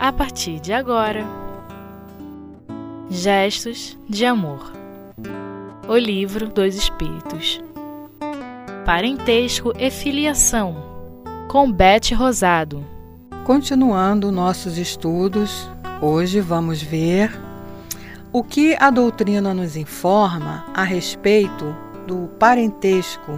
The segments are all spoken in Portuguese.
a partir de agora. Gestos de Amor. O Livro dos Espíritos. Parentesco e Filiação, com Beth Rosado. Continuando nossos estudos, hoje vamos ver o que a doutrina nos informa a respeito do parentesco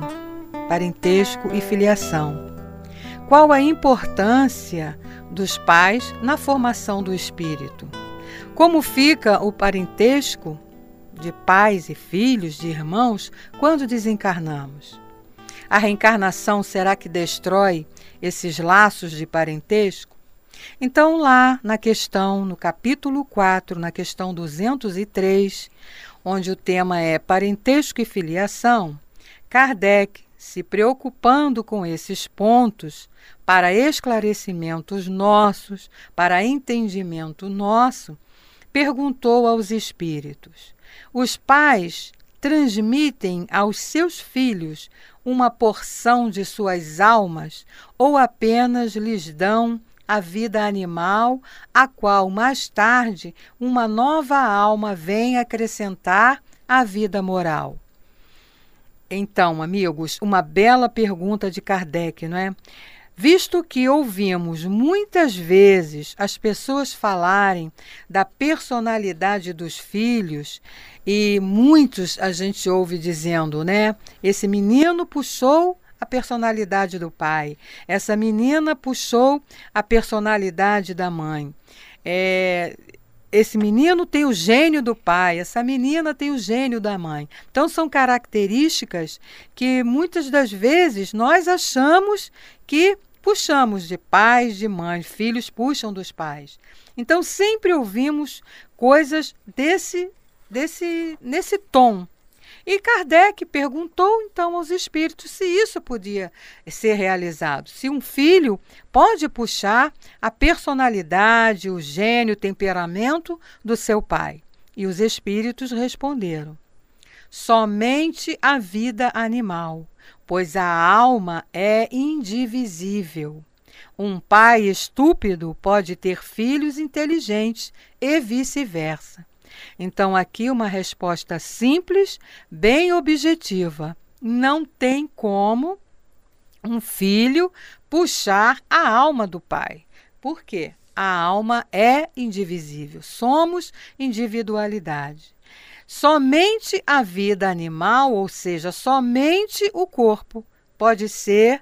e filiação. Qual a importância dos pais na formação do espírito? Como fica o parentesco de pais e filhos, de irmãos, quando desencarnamos? A reencarnação será que destrói esses laços de parentesco? Então, lá no capítulo 4, na questão 203, onde o tema é parentesco e filiação, Kardec, se preocupando com esses pontos para esclarecimentos nossos, para entendimento nosso, perguntou aos espíritos: os pais transmitem aos seus filhos uma porção de suas almas ou apenas lhes dão a vida animal, a qual mais tarde uma nova alma vem acrescentar à vida moral? Então, amigos, uma bela pergunta de Kardec, não é? Visto que ouvimos muitas vezes as pessoas falarem da personalidade dos filhos, e muitos a gente ouve dizendo, né? Esse menino puxou a personalidade do pai, essa menina puxou a personalidade da mãe. Esse menino tem o gênio do pai, essa menina tem o gênio da mãe. Então, são características que muitas das vezes nós achamos que puxamos de pais, de mães, filhos puxam dos pais. Então, sempre ouvimos coisas nesse tom. E Kardec perguntou então aos espíritos se isso podia ser realizado, se um filho pode puxar a personalidade, o gênio, o temperamento do seu pai. E os espíritos responderam: somente a vida animal, pois a alma é indivisível. Um pai estúpido pode ter filhos inteligentes e vice-versa. Então, aqui uma resposta simples, bem objetiva. Não tem como um filho puxar a alma do pai. Por quê? A alma é indivisível. Somos individualidade. Somente a vida animal, ou seja, somente o corpo, pode ser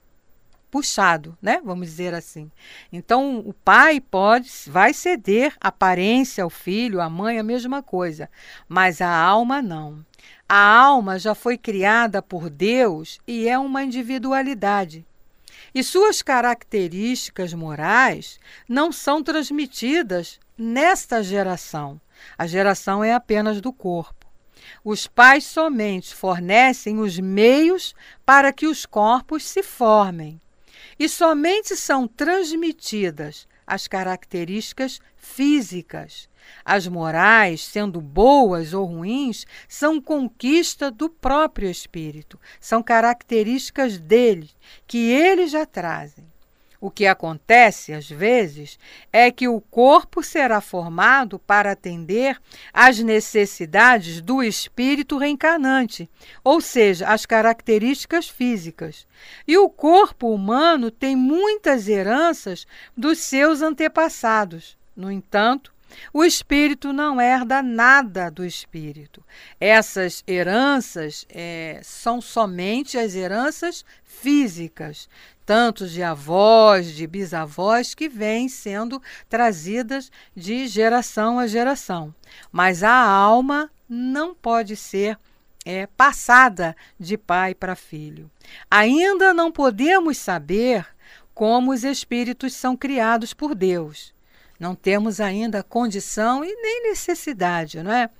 puxado, né? Vamos dizer assim. Então, o pai vai ceder aparência ao filho, à mãe, a mesma coisa, mas a alma não. A alma já foi criada por Deus e é uma individualidade. E suas características morais não são transmitidas nesta geração. A geração é apenas do corpo. Os pais somente fornecem os meios para que os corpos se formem. E somente são transmitidas as características físicas. As morais, sendo boas ou ruins, são conquista do próprio espírito. São características dele, que eles já trazem. O que acontece, às vezes, é que o corpo será formado para atender às necessidades do espírito reencarnante, ou seja, as características físicas. E o corpo humano tem muitas heranças dos seus antepassados. No entanto, o espírito não herda nada do espírito. Essas heranças são somente as heranças físicas, tanto de avós, de bisavós, que vêm sendo trazidas de geração a geração. Mas a alma não pode ser passada de pai para filho. Ainda não podemos saber como os espíritos são criados por Deus. Não temos ainda condição e nem necessidade, não é?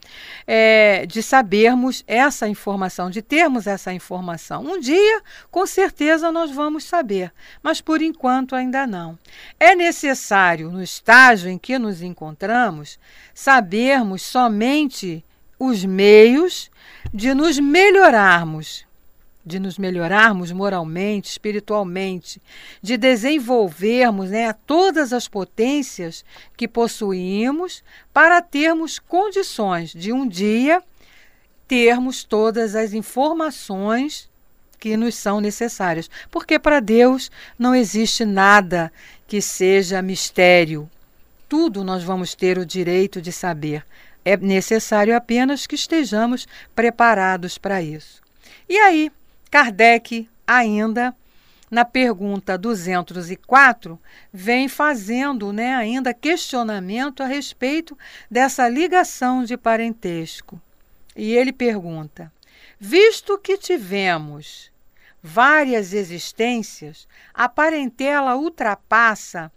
De sabermos essa informação, de termos essa informação. Um dia, com certeza, nós vamos saber, mas por enquanto ainda não. É necessário, no estágio em que nos encontramos, sabermos somente os meios de nos melhorarmos, de nos melhorarmos moralmente, espiritualmente, de desenvolvermos, né, todas as potências que possuímos para termos condições de um dia termos todas as informações que nos são necessárias. Porque para Deus não existe nada que seja mistério. Tudo nós vamos ter o direito de saber. É necessário apenas que estejamos preparados para isso. E aí, Kardec, ainda na pergunta 204, vem fazendo, né, ainda questionamento a respeito dessa ligação de parentesco. E ele pergunta: visto que tivemos várias existências, a parentela ultrapassa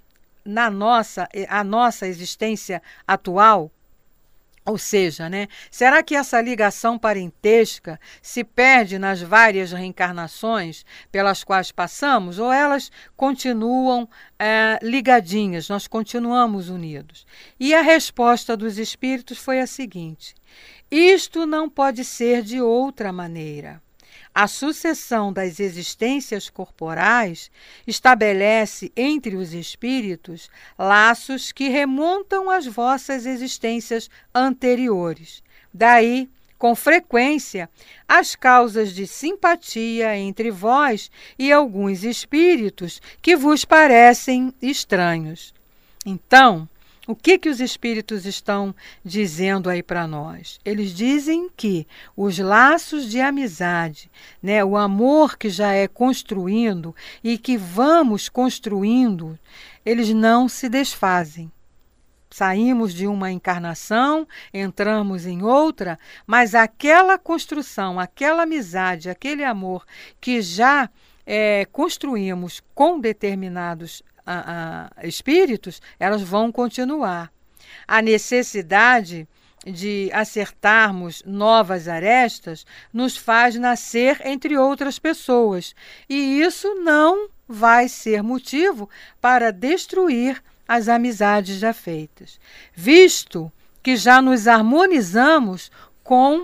a nossa existência atual? Ou seja, né, será que essa ligação parentesca se perde nas várias reencarnações pelas quais passamos, ou elas continuam ligadinhas, nós continuamos unidos? E a resposta dos espíritos foi a seguinte: isto não pode ser de outra maneira. A sucessão das existências corporais estabelece entre os espíritos laços que remontam às vossas existências anteriores. Daí, com frequência, as causas de simpatia entre vós e alguns espíritos que vos parecem estranhos. Então, o que os espíritos estão dizendo aí para nós? Eles dizem que os laços de amizade, né, o amor que já é construindo e que vamos construindo, eles não se desfazem. Saímos de uma encarnação, entramos em outra, mas aquela construção, aquela amizade, aquele amor que já construímos com determinados espíritos, elas vão continuar. A necessidade de acertarmos novas arestas nos faz nascer entre outras pessoas, e isso não vai ser motivo para destruir as amizades já feitas, visto que já nos harmonizamos com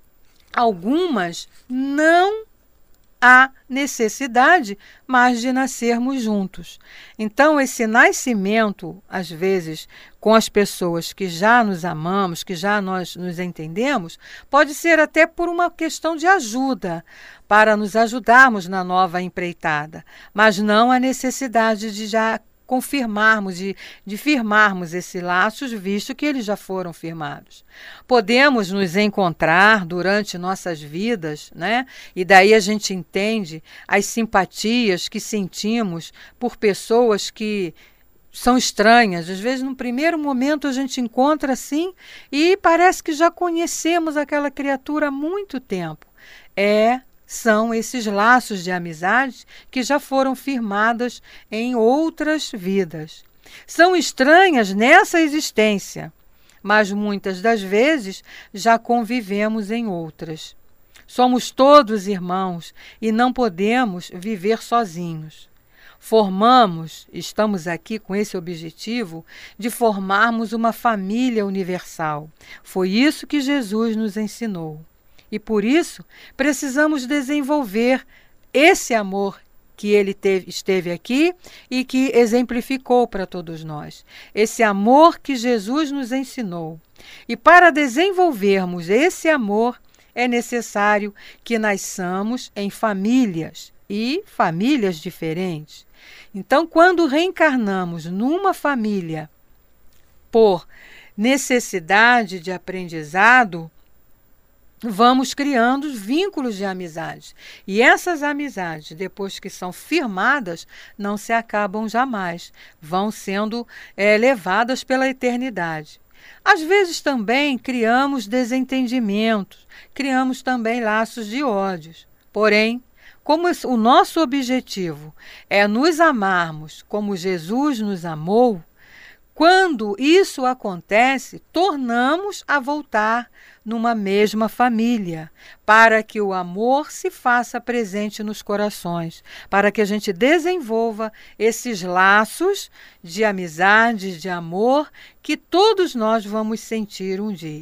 algumas, não há necessidade mais de nascermos juntos. Então, esse nascimento, às vezes, com as pessoas que já nos amamos, que já nós nos entendemos, pode ser até por uma questão de ajuda, para nos ajudarmos na nova empreitada, mas não a necessidade de já confirmarmos, de firmarmos esses laços, visto que eles já foram firmados. Podemos nos encontrar durante nossas vidas, né? E daí a gente entende as simpatias que sentimos por pessoas que são estranhas. Às vezes, no primeiro momento, a gente encontra assim e parece que já conhecemos aquela criatura há muito tempo. São esses laços de amizade que já foram firmadas em outras vidas. São estranhas nessa existência, mas muitas das vezes já convivemos em outras. Somos todos irmãos e não podemos viver sozinhos. Estamos aqui com esse objetivo de formarmos uma família universal. Foi isso que Jesus nos ensinou. E por isso, precisamos desenvolver esse amor que ele esteve aqui e que exemplificou para todos nós. Esse amor que Jesus nos ensinou. E para desenvolvermos esse amor, é necessário que nasçamos em famílias e famílias diferentes. Então, quando reencarnamos numa família por necessidade de aprendizado, vamos criando vínculos de amizade. E essas amizades, depois que são firmadas, não se acabam jamais. Vão sendo levadas pela eternidade. Às vezes também criamos desentendimentos, criamos também laços de ódios. Porém, como o nosso objetivo é nos amarmos como Jesus nos amou, quando isso acontece, tornamos a voltar numa mesma família, para que o amor se faça presente nos corações, para que a gente desenvolva esses laços de amizade, de amor, que todos nós vamos sentir um dia.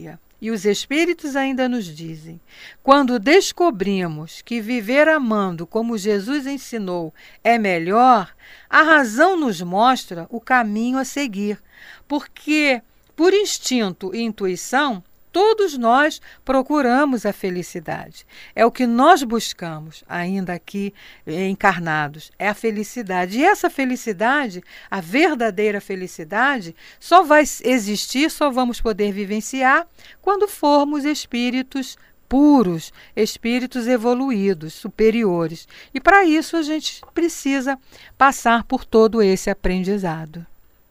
E os Espíritos ainda nos dizem: quando descobrimos que viver amando como Jesus ensinou é melhor, a razão nos mostra o caminho a seguir, porque, por instinto e intuição, todos nós procuramos a felicidade. É o que nós buscamos, ainda aqui encarnados, é a felicidade. E essa felicidade, a verdadeira felicidade, só vai existir, só vamos poder vivenciar quando formos espíritos puros, espíritos evoluídos, superiores. E para isso a gente precisa passar por todo esse aprendizado.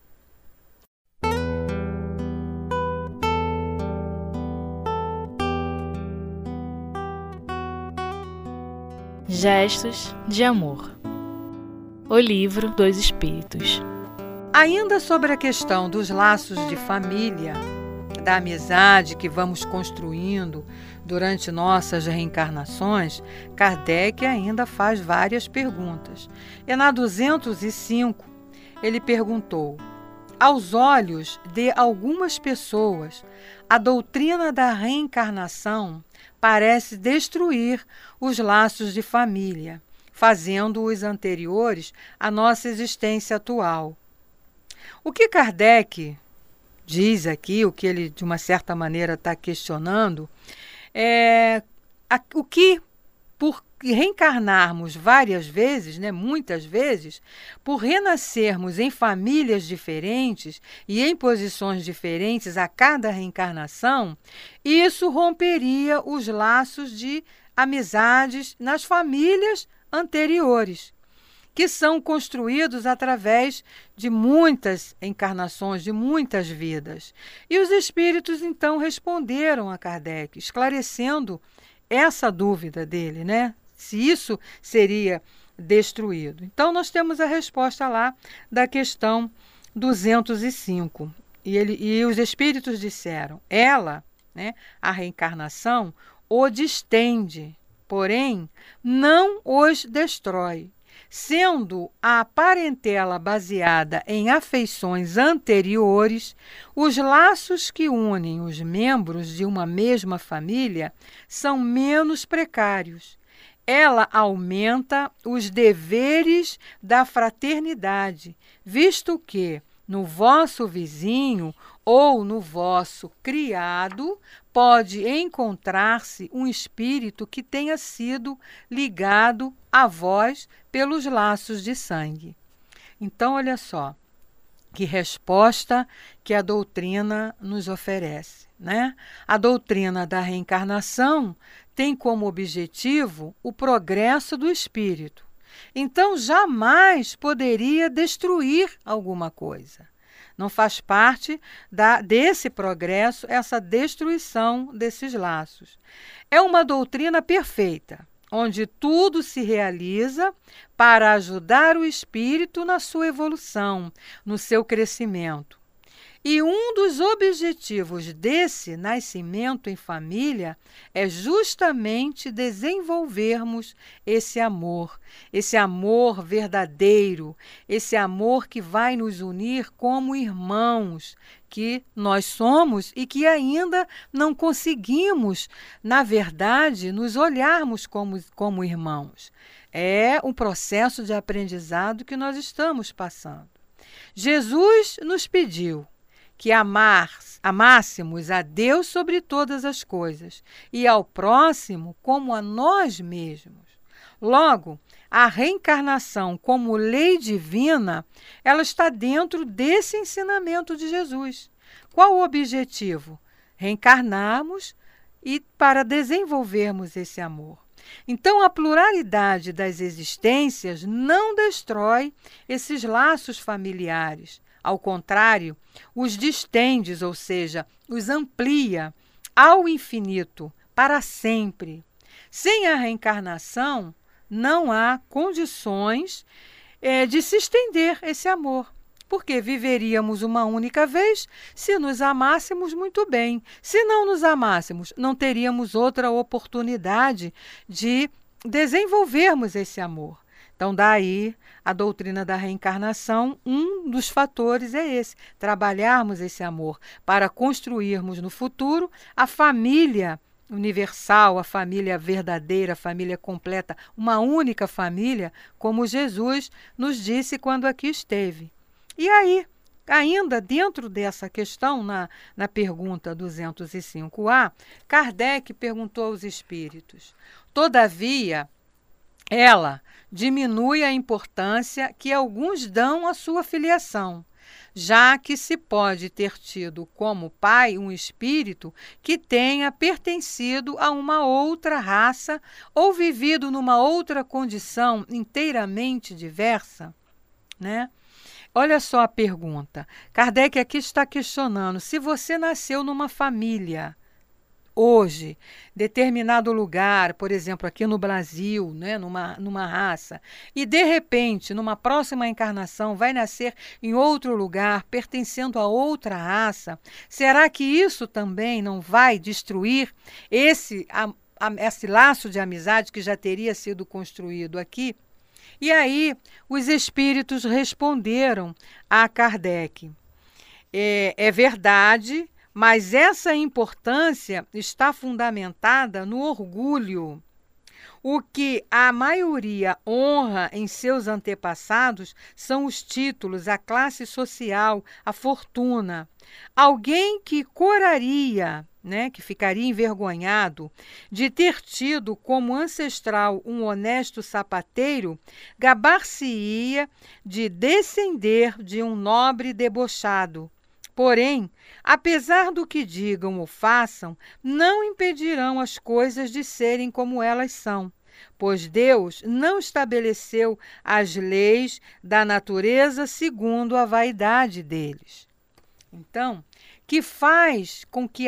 Gestos de Amor. O Livro dos Espíritos. Ainda sobre a questão dos laços de família, da amizade que vamos construindo durante nossas reencarnações, Kardec ainda faz várias perguntas. E na 205, ele perguntou: aos olhos de algumas pessoas, a doutrina da reencarnação parece destruir os laços de família, fazendo os anteriores à nossa existência atual. O que Kardec diz aqui, o que ele de uma certa maneira está questionando, é o que, por reencarnarmos várias vezes, muitas vezes, por renascermos em famílias diferentes e em posições diferentes a cada reencarnação, isso romperia os laços de amizades nas famílias anteriores, que são construídos através de muitas encarnações, de muitas vidas. E os espíritos então responderam a Kardec, esclarecendo essa dúvida dele, se isso seria destruído. Então, nós temos a resposta lá da questão 205. E os espíritos disseram: ela, a reencarnação, o distende, porém, não os destrói. Sendo a parentela baseada em afeições anteriores, os laços que unem os membros de uma mesma família são menos precários. Ela aumenta os deveres da fraternidade, visto que, no vosso vizinho ou no vosso criado, pode encontrar-se um espírito que tenha sido ligado a vós pelos laços de sangue. Então, olha só, que resposta que a doutrina nos oferece, A doutrina da reencarnação tem como objetivo o progresso do espírito. Então, jamais poderia destruir alguma coisa. Não faz parte desse progresso essa destruição desses laços. É uma doutrina perfeita, onde tudo se realiza para ajudar o espírito na sua evolução, no seu crescimento. E um dos objetivos desse nascimento em família é justamente desenvolvermos esse amor verdadeiro, esse amor que vai nos unir como irmãos que nós somos e que ainda não conseguimos, na verdade, nos olharmos como irmãos. É um processo de aprendizado que nós estamos passando. Jesus nos pediu que amássemos a Deus sobre todas as coisas e ao próximo como a nós mesmos. Logo, a reencarnação como lei divina, ela está dentro desse ensinamento de Jesus. Qual o objetivo? Reencarnarmos e para desenvolvermos esse amor. Então, a pluralidade das existências não destrói esses laços familiares. Ao contrário, os distende, ou seja, os amplia ao infinito, para sempre. Sem a reencarnação, não há condições de se estender esse amor, porque viveríamos uma única vez se nos amássemos muito bem. Se não nos amássemos, não teríamos outra oportunidade de desenvolvermos esse amor. Então, daí a doutrina da reencarnação, um dos fatores é esse, trabalharmos esse amor para construirmos no futuro a família universal, a família verdadeira, a família completa, uma única família, como Jesus nos disse quando aqui esteve. E aí, ainda dentro dessa questão, na pergunta 205A, Kardec perguntou aos espíritos: todavia, ela diminui a importância que alguns dão à sua filiação, já que se pode ter tido como pai um espírito que tenha pertencido a uma outra raça ou vivido numa outra condição inteiramente diversa, né? Olha só a pergunta. Kardec aqui está questionando: se você nasceu numa família hoje, determinado lugar, por exemplo, aqui no Brasil, né, numa raça, e de repente, numa próxima encarnação, vai nascer em outro lugar, pertencendo a outra raça, será que isso também não vai destruir esse laço de amizade que já teria sido construído aqui? E aí, os espíritos responderam a Kardec: é verdade, mas essa importância está fundamentada no orgulho. O que a maioria honra em seus antepassados são os títulos, a classe social, a fortuna. Alguém que coraria, que ficaria envergonhado de ter tido como ancestral um honesto sapateiro, gabar-se-ia de descender de um nobre debochado. Porém, apesar do que digam ou façam, não impedirão as coisas de serem como elas são, pois Deus não estabeleceu as leis da natureza segundo a vaidade deles. Então, o que faz com que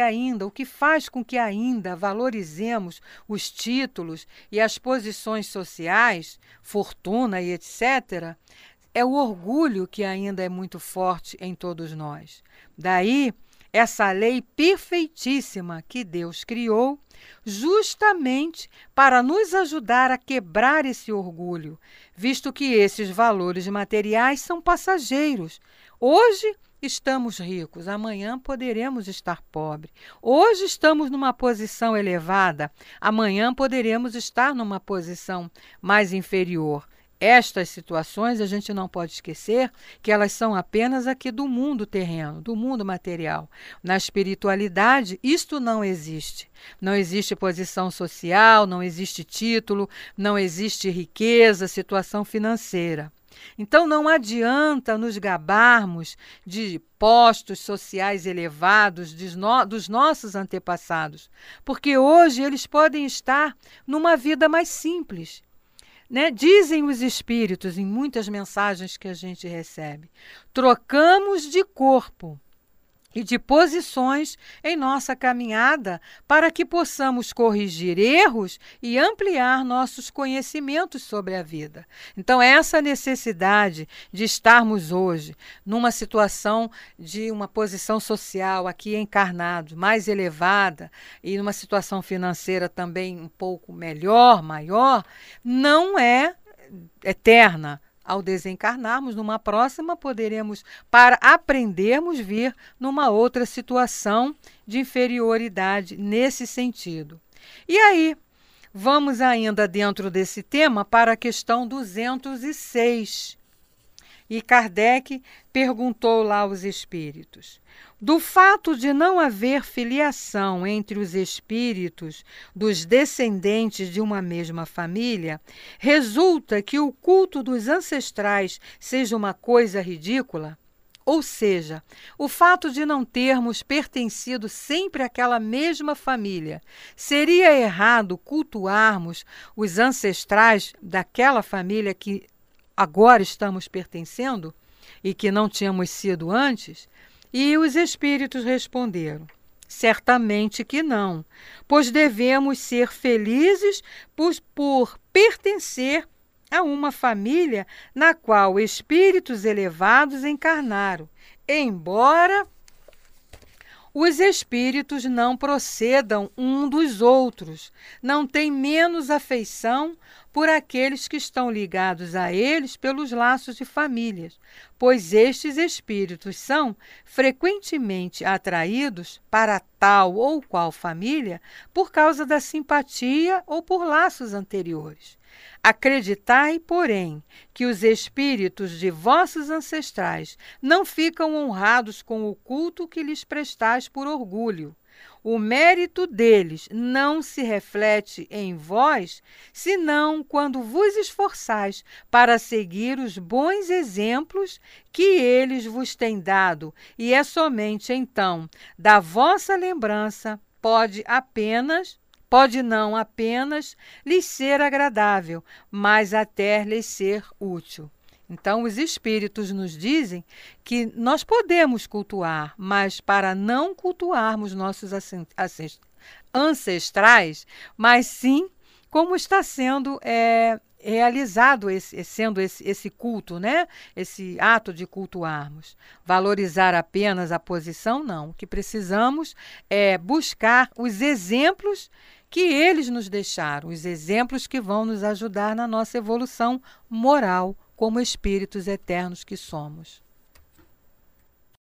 ainda valorizemos os títulos e as posições sociais, fortuna e etc., é o orgulho que ainda é muito forte em todos nós. Daí, essa lei perfeitíssima que Deus criou, justamente para nos ajudar a quebrar esse orgulho, visto que esses valores materiais são passageiros. Hoje estamos ricos, amanhã poderemos estar pobres. Hoje estamos numa posição elevada, amanhã poderemos estar numa posição mais inferior. Estas situações a gente não pode esquecer que elas são apenas aqui do mundo terreno, do mundo material. Na espiritualidade, isto não existe. Não existe posição social, não existe título, não existe riqueza, situação financeira. Então não adianta nos gabarmos de postos sociais elevados dos nossos antepassados, porque hoje eles podem estar numa vida mais simples. Dizem os espíritos em muitas mensagens que a gente recebe: trocamos de corpo e de posições em nossa caminhada para que possamos corrigir erros e ampliar nossos conhecimentos sobre a vida. Então, essa necessidade de estarmos hoje numa situação de uma posição social aqui encarnado mais elevada e numa situação financeira também um pouco melhor, maior, não é eterna. Ao desencarnarmos, numa próxima, poderemos, para aprendermos, vir numa outra situação de inferioridade nesse sentido. E aí, vamos ainda dentro desse tema para a questão 206. E Kardec perguntou lá aos espíritos: do fato de não haver filiação entre os espíritos dos descendentes de uma mesma família, resulta que o culto dos ancestrais seja uma coisa ridícula? Ou seja, o fato de não termos pertencido sempre àquela mesma família, seria errado cultuarmos os ancestrais daquela família que agora estamos pertencendo e que não tínhamos sido antes? E os espíritos responderam: certamente que não, pois devemos ser felizes por pertencer a uma família na qual espíritos elevados encarnaram, embora Os espíritos não procedam um dos outros, não têm menos afeição por aqueles que estão ligados a eles pelos laços de famílias, pois estes espíritos são frequentemente atraídos para tal ou qual família por causa da simpatia ou por laços anteriores. Acreditai, porém, que os espíritos de vossos ancestrais não ficam honrados com o culto que lhes prestais por orgulho. O mérito deles não se reflete em vós, senão quando vos esforçais para seguir os bons exemplos que eles vos têm dado, e é somente então da vossa lembrança pode não apenas lhes ser agradável, mas até lhes ser útil. Então, os espíritos nos dizem que nós podemos cultuar, mas para não cultuarmos nossos ancestrais, mas sim como está sendo realizado esse culto, né? Esse ato de cultuarmos. Valorizar apenas a posição, não. O que precisamos é buscar os exemplos que eles nos deixaram, os exemplos que vão nos ajudar na nossa evolução moral como espíritos eternos que somos.